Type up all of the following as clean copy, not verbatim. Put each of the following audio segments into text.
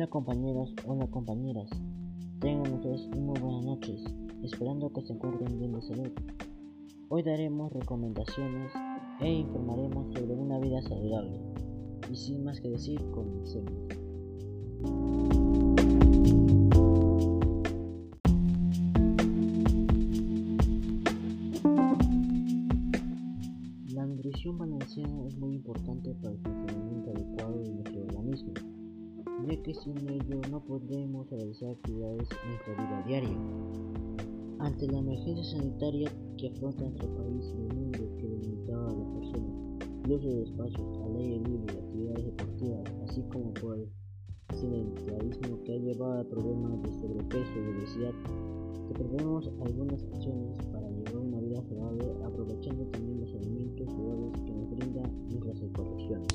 Hola compañeros, hola compañeras, tengan ustedes muy buenas noches, esperando que se encuentren bien de salud. Hoy daremos recomendaciones e informaremos sobre una vida saludable. Y sin más que decir, comencemos. La nutrición balanceada es muy importante para el funcionamiento adecuado de nuestro organismo, ya que sin ello no podremos realizar actividades en nuestra vida diaria. Ante la emergencia sanitaria que afronta nuestro país y el mundo, que limitaba a las personas el uso de espacios al aire libre y actividades deportivas, así como por el sedentarismo que ha llevado a problemas de sobrepeso y obesidad, te proponemos algunas acciones para llevar una vida saludable, aprovechando también los alimentos saludables que nos brinda nuestras ecorregiones.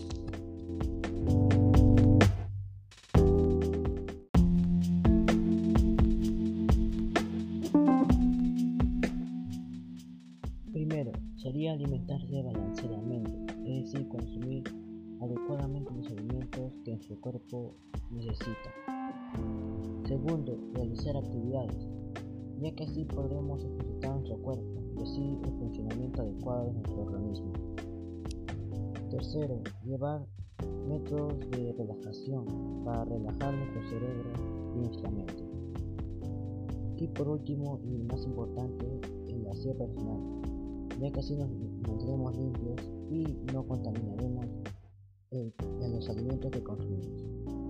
Primero, sería alimentarse balanceadamente, es decir, consumir adecuadamente los alimentos que nuestro cuerpo necesita. Segundo, realizar actividades, ya que así podremos ejercitar nuestro cuerpo y así el funcionamiento adecuado de nuestro organismo. Tercero, llevar métodos de relajación para relajar nuestro cerebro y nuestra mente. Y por último, y más importante, el aseo personal, ya que así nos mantendremos limpios y no contaminaremos los alimentos que consumimos.